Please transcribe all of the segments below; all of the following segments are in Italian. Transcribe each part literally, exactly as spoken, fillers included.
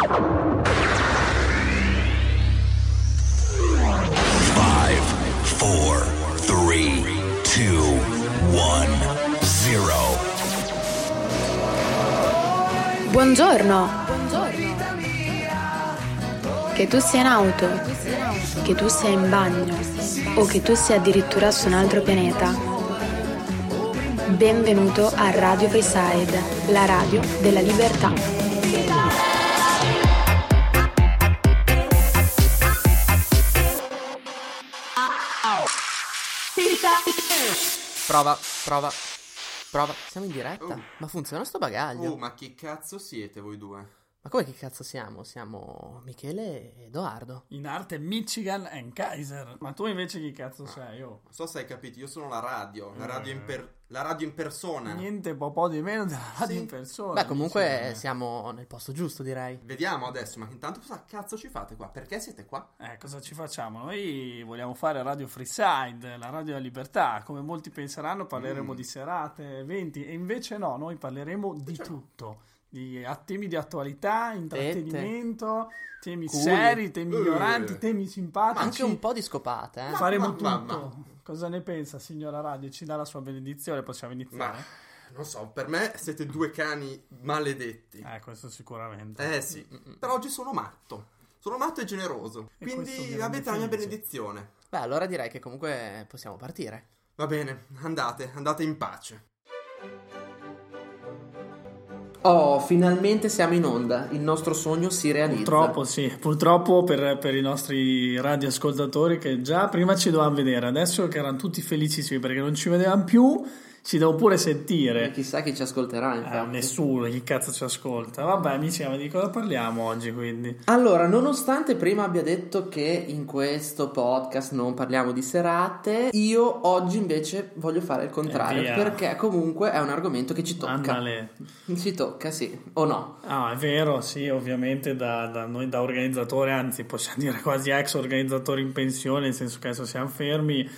five, four, three, two, one, zero. Buongiorno. Buongiorno. Che tu sia in auto, che tu sia in bagno o che tu sia addirittura su un altro pianeta. Benvenuto a Radio Freeside, la radio della libertà. Prova, prova, prova. Siamo in diretta? Uh. Ma funziona sto bagaglio? Oh, ma chi cazzo siete voi due? Ma come che cazzo siamo? Siamo Michele e Edoardo. In arte Michigan and Kaiser. Ma tu invece chi cazzo no. sei? Oh. Non so se hai capito, io sono la radio. La radio in, per... la radio in persona. Niente po' po' di meno della radio sì. in persona. Beh, comunque siamo nel posto giusto, direi. Vediamo adesso, ma intanto cosa cazzo ci fate qua? Perché siete qua? Eh, cosa ci facciamo? Noi vogliamo fare Radio Freeside, la radio della libertà. Come molti penseranno parleremo mm. di serate, eventi. E invece no, noi parleremo di cioè, tutto. Di a temi di attualità, intrattenimento, Tette. temi Culi. seri, temi uh. ignoranti, temi simpatici. Ma anche un po' di scopate, eh? Faremo ma, tutto. Ma, ma. Cosa ne pensa, signora Radio? Ci dà la sua benedizione, possiamo iniziare? Ma, non so, per me siete due cani maledetti. Eh, questo sicuramente. Eh sì, Mm-mm. però oggi sono matto. Sono matto e generoso. E quindi avete la mia benedizione. Beh, allora direi che comunque possiamo partire. Va bene, andate, andate in pace. Oh, finalmente siamo in onda, il nostro sogno si realizza. Purtroppo sì, purtroppo per, per i nostri radioascoltatori che già prima ci dovevano vedere, adesso che erano tutti felicissimi perché non ci vedevano più, ci devo pure sentire. E chissà chi ci ascolterà, infatti. Eh, nessuno, chi cazzo ci ascolta. Vabbè amici, ma di cosa parliamo oggi quindi? Allora, nonostante prima abbia detto che in questo podcast non parliamo di serate, io oggi invece voglio fare il contrario, eh, perché comunque è un argomento che ci tocca. Andale. Ci tocca, sì, o no? Ah, è vero, sì, ovviamente da, da noi da organizzatori, anzi possiamo dire quasi ex organizzatori in pensione, nel senso che adesso siamo fermi.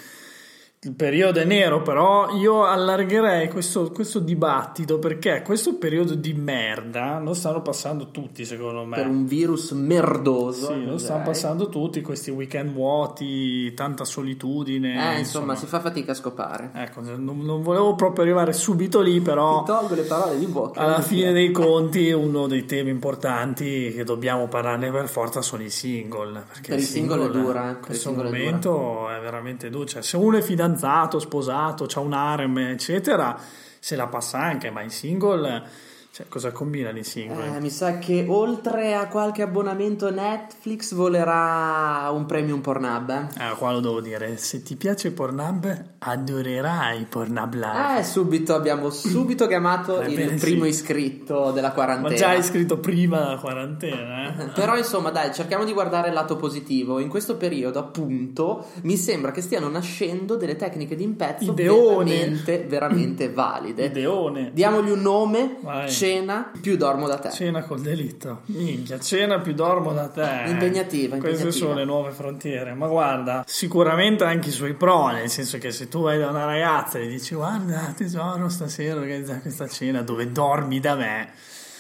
Il periodo è nero, però io allargherei questo, questo dibattito perché questo periodo di merda lo stanno passando tutti, secondo me. Per un virus merdoso. Sì, lo stanno passando tutti, questi weekend vuoti, tanta solitudine. Eh, insomma, insomma, si fa fatica a scopare. Ecco, non, non volevo proprio arrivare subito lì, però... Ti tolgo le parole di bocca. Alla fine dei conti, uno dei temi importanti che dobbiamo parlarne per forza sono i single. Perché per il singolo è dura. In questo momento è, è veramente dura. Cioè, se uno è fidanzato, sposato, c'ha un harem eccetera, se la passa anche, ma in single, cioè, cosa combinano i single? Eh, mi sa che oltre a qualche abbonamento Netflix volerà un premium Pornhub. Eh, qua lo devo dire, se ti piace Pornhub adorerai Pornhub Live. Eh, subito abbiamo subito chiamato eh, il bene, primo sì. iscritto della quarantena. Ma già iscritto prima della quarantena, eh? Però insomma dai, cerchiamo di guardare il lato positivo. In questo periodo appunto mi sembra che stiano nascendo delle tecniche di impezzo Ideone. veramente veramente valide. Ideone. Diamogli un nome. Vai. Cena più dormo da te. Cena col delitto. Minchia, cena più dormo da te. Impegnativa, impegnativa. Queste sono le nuove frontiere. Ma guarda, sicuramente anche i suoi pro, nel senso che se tu vai da una ragazza e gli dici guarda tesoro, stasera organizza questa cena dove dormi da me.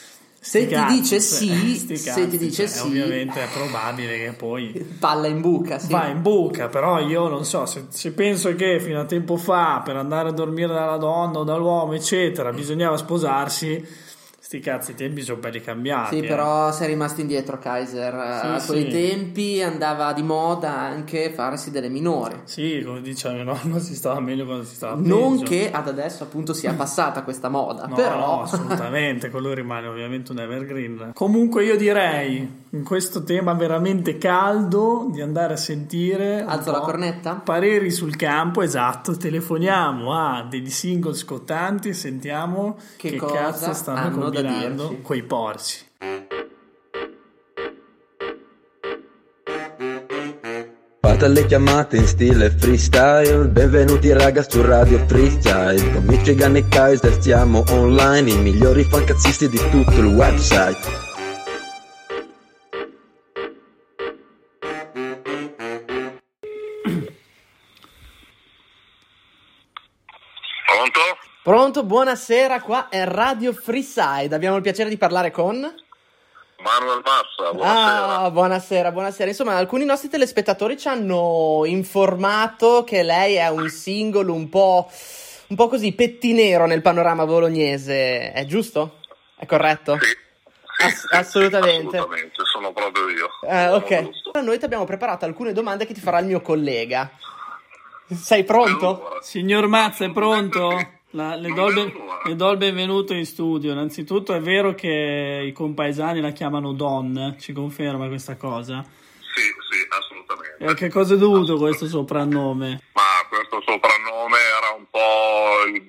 Se ti cazzi, dice sì, cazzi, se ti dice cioè, sì, ovviamente è probabile che poi palla in buca, sì. va in buca, però io non so, se, se penso che fino a tempo fa per andare a dormire dalla donna o dall'uomo eccetera bisognava sposarsi, sti cazzi, i tempi sono belli cambiati. Sì, eh. però sei rimasti indietro, Kaiser. Sì, a quei sì. tempi andava di moda anche farsi delle minori. Sì, come diceva mio nonno, si stava meglio quando si stava Non peggio. che ad adesso appunto sia passata questa moda, No, però no, assolutamente, quello rimane ovviamente un evergreen. Comunque io direi, in questo tema veramente caldo, di andare a sentire alzo la cornetta? Pareri sul campo, esatto, telefoniamo a degli single scottanti e sentiamo che, che cosa cazzo stanno hanno combinando dirci. quei porci. Fate le chiamate in stile freestyle. Benvenuti raga su Radio Freestyle. Con Michigan e Kaiser siamo online, i migliori fancazzisti di tutto il website. Pronto? Pronto, buonasera, qua è Radio Freeside. Abbiamo il piacere di parlare con... Manuel Massa, buonasera. Ah, buonasera, buonasera. Insomma, alcuni nostri telespettatori ci hanno informato che lei è un singolo un po', un po' così pettinero nel panorama bolognese. È giusto? È corretto? Sì, sì, Ass- sì, assolutamente. assolutamente, sono proprio io. Eh, ok. Giusto. Allora, noi ti abbiamo preparato alcune domande che ti farà il mio collega. Sei pronto? Allora, Signor Mazza, è pronto? La- le, do il ben- le do il benvenuto in studio. Innanzitutto è vero che i compaesani la chiamano Don, ci conferma questa cosa? Sì, sì, assolutamente. E a che cosa è dovuto questo soprannome? Ma questo soprannome era un po' il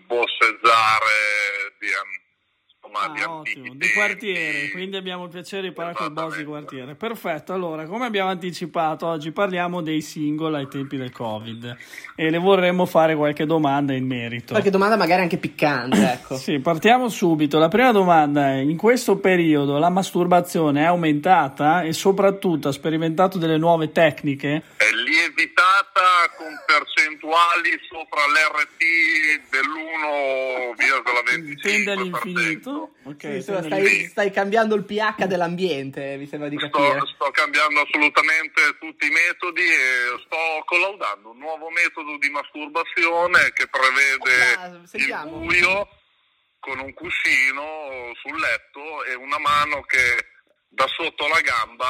bosseggiare di, insomma, di Ah, antichi ottimo, di tempi. quartiere, quindi abbiamo il piacere di parlare con il boss di Esattamente. quartiere. Perfetto, allora, come abbiamo anticipato, oggi parliamo dei single ai tempi del Covid e le vorremmo fare qualche domanda in merito. Qualche domanda magari anche piccante, ecco. Sì, partiamo subito. La prima domanda è: in questo periodo la masturbazione è aumentata e soprattutto ha sperimentato delle nuove tecniche? È lievitata con percentuali sopra l'R T dell'uno virgola venticinque Tende per cento. all'infinito? Ok, Sì, insomma, tende stai, all'infinito. stai cambiando il pH dell'ambiente, mi sembra di capire. Sto, sto cambiando assolutamente tutti i metodi e sto collaudando un nuovo metodo di masturbazione che prevede Ah, il sentiamo. buio con un cuscino sul letto e una mano che da sotto la gamba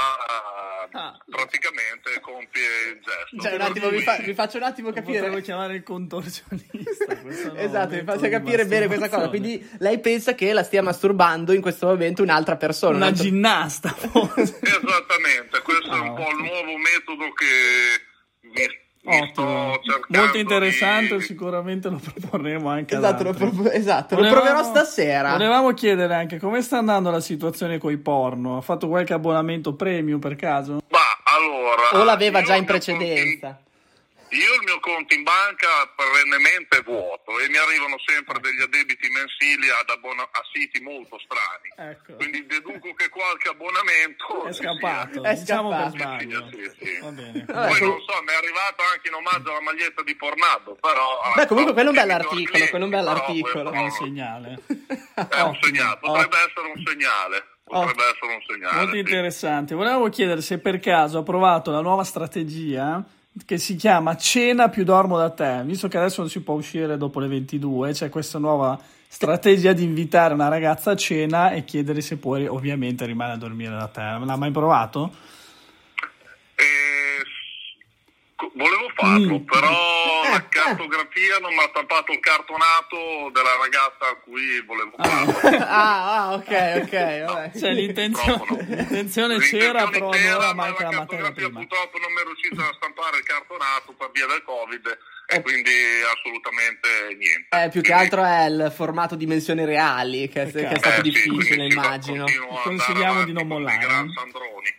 Ah. praticamente compie il gesto. Cioè, un attimo, vi, fa- vi faccio un attimo Potremmo capire. chiamare il contorsionista. questo no, Esatto, vi metodo faccio di capire bene questa cosa. masturbazione. Quindi lei pensa che la stia masturbando in questo momento un'altra persona. un Una altro- ginnasta, forse. Esattamente, questo è Ah, un po' il ottimo. nuovo metodo che mi, mi sto Ottimo, cercando molto interessante, di... sicuramente lo proporremo anche ad Esatto, lo, altri. pro- esatto, lo Volevamo- proverò stasera. Volevamo chiedere anche come sta andando la situazione coi porno. Ha fatto qualche abbonamento premium per caso? Ma allora... O l'aveva io già in il mio conto precedenza. Io il mio conto in banca perennemente è vuoto e mi arrivano sempre degli addebiti mensili ad abbona- a siti molto strani. Ecco. Quindi deduco che qualche abbonamento È ci scappato, È diciamo scappato. per sbaglio. Sì, sì, sì. Va bene. Vabbè, Poi com- non so, mi è arrivato anche in omaggio la maglietta di Pornado, però... Beh, comunque quello è un bel bell'articolo, quello è un bell'articolo. È un segnale. È un segnale, potrebbe Ottimo. essere un segnale. Potrebbe essere un segnale. Molto sì. interessante. Volevamo chiedere se per caso ha provato la nuova strategia che si chiama Cena più dormo da te, visto che adesso non si può uscire dopo le ventidue, c'è questa nuova strategia di invitare una ragazza a cena e chiedere se poi ovviamente rimane a dormire da te. L'ha mai provato? Eh, co- volevo farlo, Mm. però Eh, la cartografia non mi ha tampato il cartonato della ragazza a cui volevo farlo. Ah, ah, ok, ok, vabbè. Cioè l'intenzione, Purtroppo no. l'intenzione c'era, L'intenzione però c'era, allora ma manca la materia cartografia prima. purtroppo non mi è riuscita a stampare il cartonato per via del Covid e quindi assolutamente niente. Eh, più che Quindi- altro è il formato dimensioni reali che, che è Peccato. stato Eh, sì, difficile, quindi si va- immagino. continuo a Consigliamo andare di non avanti con mollare, i Gran eh. Sandroni.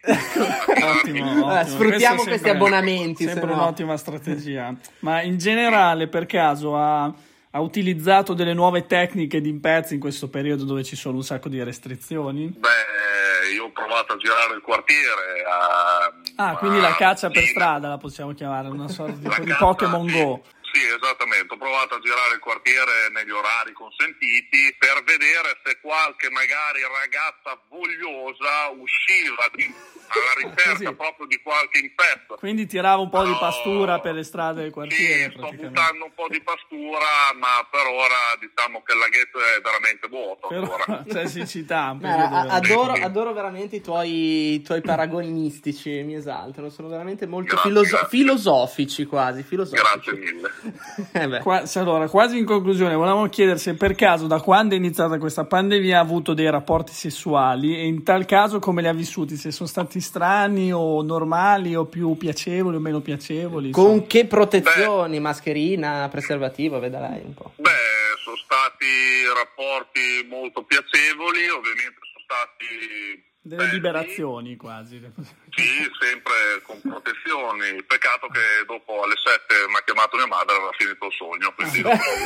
Ottimo, Vabbè, ottimo. sfruttiamo Questo è questi sempre- abbonamenti, sempre se no. un'ottima strategia. Ma in generale, per caso, ha, ha utilizzato delle nuove tecniche di impezzi in questo periodo dove ci sono un sacco di restrizioni? Beh, io ho provato a girare il quartiere. A, Ah, quindi a- la caccia per sì, strada la possiamo chiamare, una sorta la tipo di caccia, Pokémon sì. Go. Sì, esattamente. Ho provato a girare il quartiere negli orari consentiti per vedere se qualche magari ragazza vogliosa usciva di- alla ricerca Così. proprio di qualche infetto. Quindi tirava un po' di No. pastura per le strade del quartiere, Sì, sto praticamente. buttando un po' di pastura, ma per ora diciamo che il laghetto è veramente vuoto Però ancora. c'è siccità. un Beh, periodo a- veramente- adoro, adoro veramente i tuoi, i tuoi paragoni mistici, mi esaltano, sono veramente molto Grazie, filoso- grazie. filosofici quasi, filosofici. Grazie mille. Eh beh. Qua- se allora, quasi in conclusione, volevamo chiedere se per caso da quando è iniziata questa pandemia ha avuto dei rapporti sessuali e in tal caso come li ha vissuti, se sono stati strani o normali o più piacevoli o meno piacevoli. insomma. Con che protezioni, mascherina, preservativo, veda lei un po'. Beh, sono stati rapporti molto piacevoli, ovviamente sono stati Delle belli. liberazioni quasi. Sì, sempre con protezioni. Peccato che dopo alle sette mi ha chiamato mia madre e aveva finito il sogno. Quindi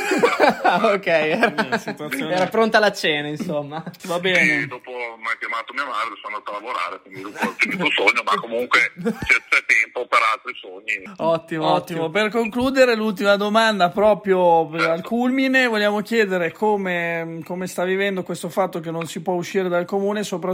dopo, Ok, era, Quindi, situazione- era pronta la cena, insomma. Va sì, bene. dopo mi ha chiamato mia madre, sono andato a lavorare, quindi dopo ho finito il sogno, ma comunque c'è, c'è tempo per altri sogni. Ottimo, Ottimo, per concludere l'ultima domanda proprio al culmine, vogliamo chiedere come, come sta vivendo questo fatto che non si può uscire dal comune e soprattutto come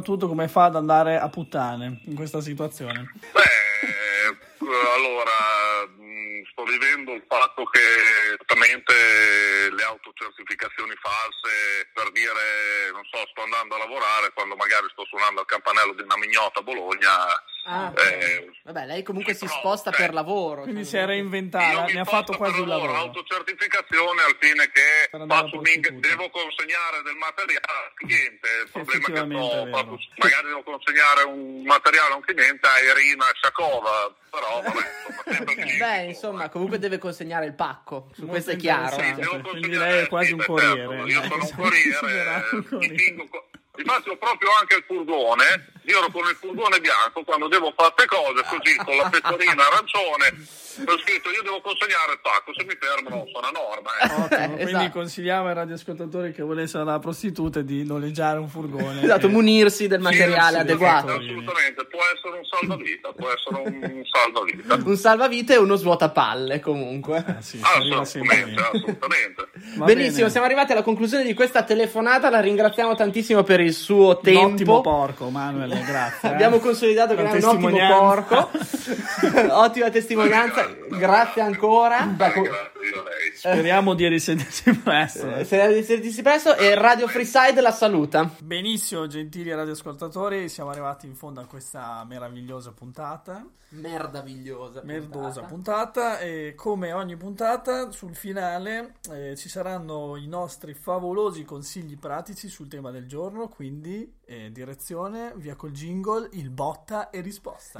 fa ad andare a puttane in questa situazione? Beh, allora, mh, sto vivendo il fatto che esattamente le autocertificazioni false per dire, non so, sto andando a lavorare quando magari sto suonando al campanello di una mignota a Bologna. Ah, eh, vabbè, lei comunque si no, sposta cioè, per lavoro. Quindi cioè, si è reinventata, ne ha fatto quasi un lavoro. Autocertificazione al fine che Per andare faccio alla un ing- prostituta. devo consegnare del materiale al cliente. Il problema è che Effettivamente sto, è vero. faccio- magari devo consegnare un materiale a un cliente a Irina Shakova, però vabbè, insomma, sempre il Beh, cliente. insomma, comunque deve consegnare il pacco. Su Molto questo è chiaro. interessante. Devo Quindi consegnare- lei è quasi sì, un beh, corriere. certo, io sono un Possiamo corriere, considerare un mi corriere. fingo co- Infatti ho proprio anche il furgone, giro con il furgone bianco quando devo fare queste cose, così con la pettorina arancione, ho scritto io devo consegnare il pacco, se mi fermano sono a norma. Eh. Ottimo, quindi Esatto. consigliamo ai radioascoltatori che volessero andare a prostitute di noleggiare un furgone. Esatto, e- munirsi del materiale sì, adeguato. esatto. Assolutamente, può essere un salvavita, può essere un salvavita. Un salvavita e uno svuotapalle comunque. Eh sì, si arriva sempre Assolutamente, bene. assolutamente. Va Benissimo, bene. siamo arrivati alla conclusione di questa telefonata, la ringraziamo tantissimo per il suo tempo. Un ottimo porco, Manuel, grazie. eh. Abbiamo consolidato che La è un ottimo testimonianza. porco. Ottima testimonianza, grazie ancora. Grazie a lei. Speriamo di risentirci presto. Eh, Se la sentissi presto e Radio Freeside la saluta. Benissimo, gentili radioascoltatori, siamo arrivati in fondo a questa meravigliosa puntata, Merdavigliosa. merdosa puntata, e come ogni puntata sul finale eh, ci saranno i nostri favolosi consigli pratici sul tema del giorno, quindi eh, direzione, via col jingle, il botta e risposta.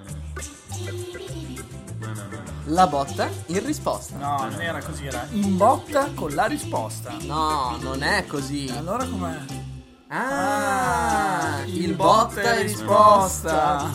La botta in risposta. No, non era così, era in botta con la risposta. No, non è così. Allora com'è? Ah, il botta e risposta.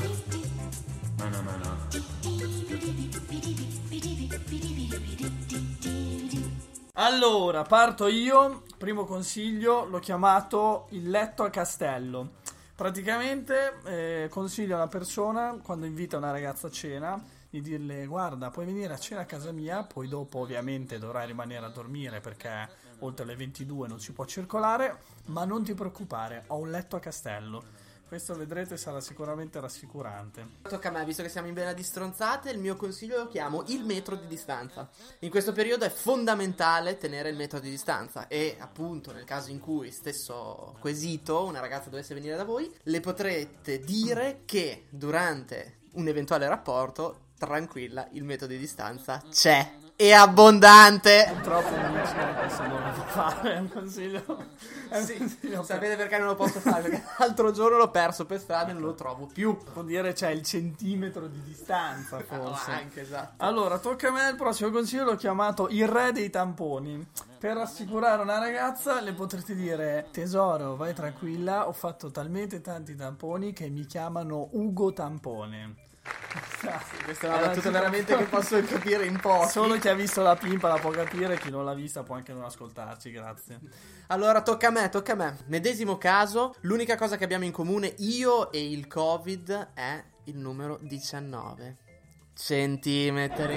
Allora, parto io. Primo consiglio, l'ho chiamato il letto a castello. Praticamente eh, consiglio a una persona, quando invita una ragazza a cena, di dirle: guarda, puoi venire a cena a casa mia, poi dopo ovviamente dovrai rimanere a dormire perché oltre le ventidue non si può circolare, ma non ti preoccupare, ho un letto a castello. Questo vedrete sarà sicuramente rassicurante. Tocca a me, visto che siamo in vena di stronzate, il mio consiglio lo chiamo il metro di distanza. In questo periodo è fondamentale tenere il metro di distanza e appunto nel caso in cui stesso quesito una ragazza dovesse venire da voi, le potrete dire che durante un eventuale rapporto, tranquilla, il metro di distanza c'è. È abbondante. Purtroppo non mi dice questo non lo può fare, è un consiglio. È un Sì, consiglio per- sapete perché non lo posso fare? Perché l'altro giorno l'ho perso per strada e non lo trovo più. Può dire c'è il centimetro di distanza forse. Ah, anche, esatto. Allora, tocca a me, il prossimo consiglio l'ho chiamato il re dei tamponi. Per rassicurare una ragazza le potrete dire: tesoro, vai tranquilla, ho fatto talmente tanti tamponi che mi chiamano Ugo Tampone. Questa è una battuta veramente che posso capire in pochi. Solo chi ha visto la pimpa la può capire, chi non l'ha vista può anche non ascoltarci, grazie. Allora, tocca a me, tocca a me. Medesimo caso, l'unica cosa che abbiamo in comune io e il Covid è il numero diciannove centimetri.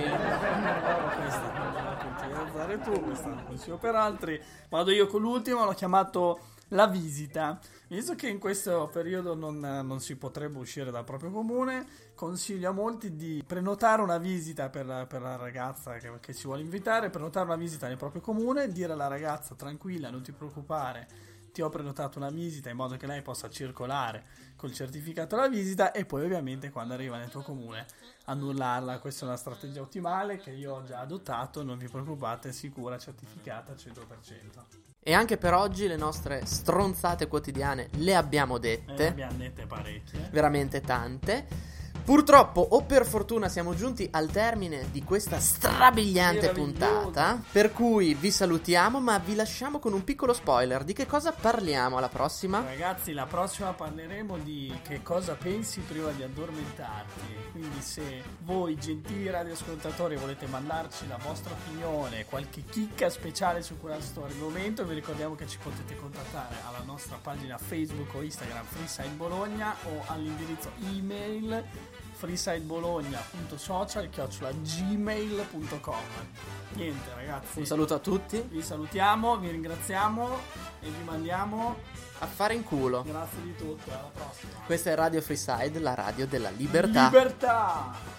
Questa non la consigliare tu, questa non consiglio per altri. Vado io con l'ultimo, l'ho chiamato la visita. Visto che in questo periodo non, non si potrebbe uscire dal proprio comune, consiglio a molti di prenotare una visita per la, per la ragazza che, che si vuole invitare, prenotare una visita nel proprio comune, dire alla ragazza: tranquilla, non ti preoccupare, ti ho prenotato una visita, in modo che lei possa circolare col certificato della visita, e poi ovviamente quando arriva nel tuo comune annullarla. Questa è una strategia ottimale che io ho già adottato, non vi preoccupate, è sicura, certificata al cento per cento. E anche per oggi le nostre stronzate quotidiane le abbiamo dette. Ne abbiamo dette parecchie. Veramente tante. Purtroppo o per fortuna siamo giunti al termine di questa strabiliante Meraviglioso. puntata, per cui vi salutiamo, ma vi lasciamo con un piccolo spoiler. Di che cosa parliamo alla prossima? Ragazzi, la prossima parleremo di che cosa pensi prima di addormentarti. Quindi se voi, gentili radioascoltatori, volete mandarci la vostra opinione, qualche chicca speciale su questo argomento, vi ricordiamo che ci potete contattare alla nostra pagina Facebook o Instagram Freeside Bologna, o all'indirizzo email freesidebologna punto social chiocciola gmail punto com. Niente ragazzi, Un saluto a tutti. vi salutiamo, vi ringraziamo e vi mandiamo A fare in culo. grazie di tutto, alla prossima. Questa è Radio Freeside, la radio della libertà. Libertà.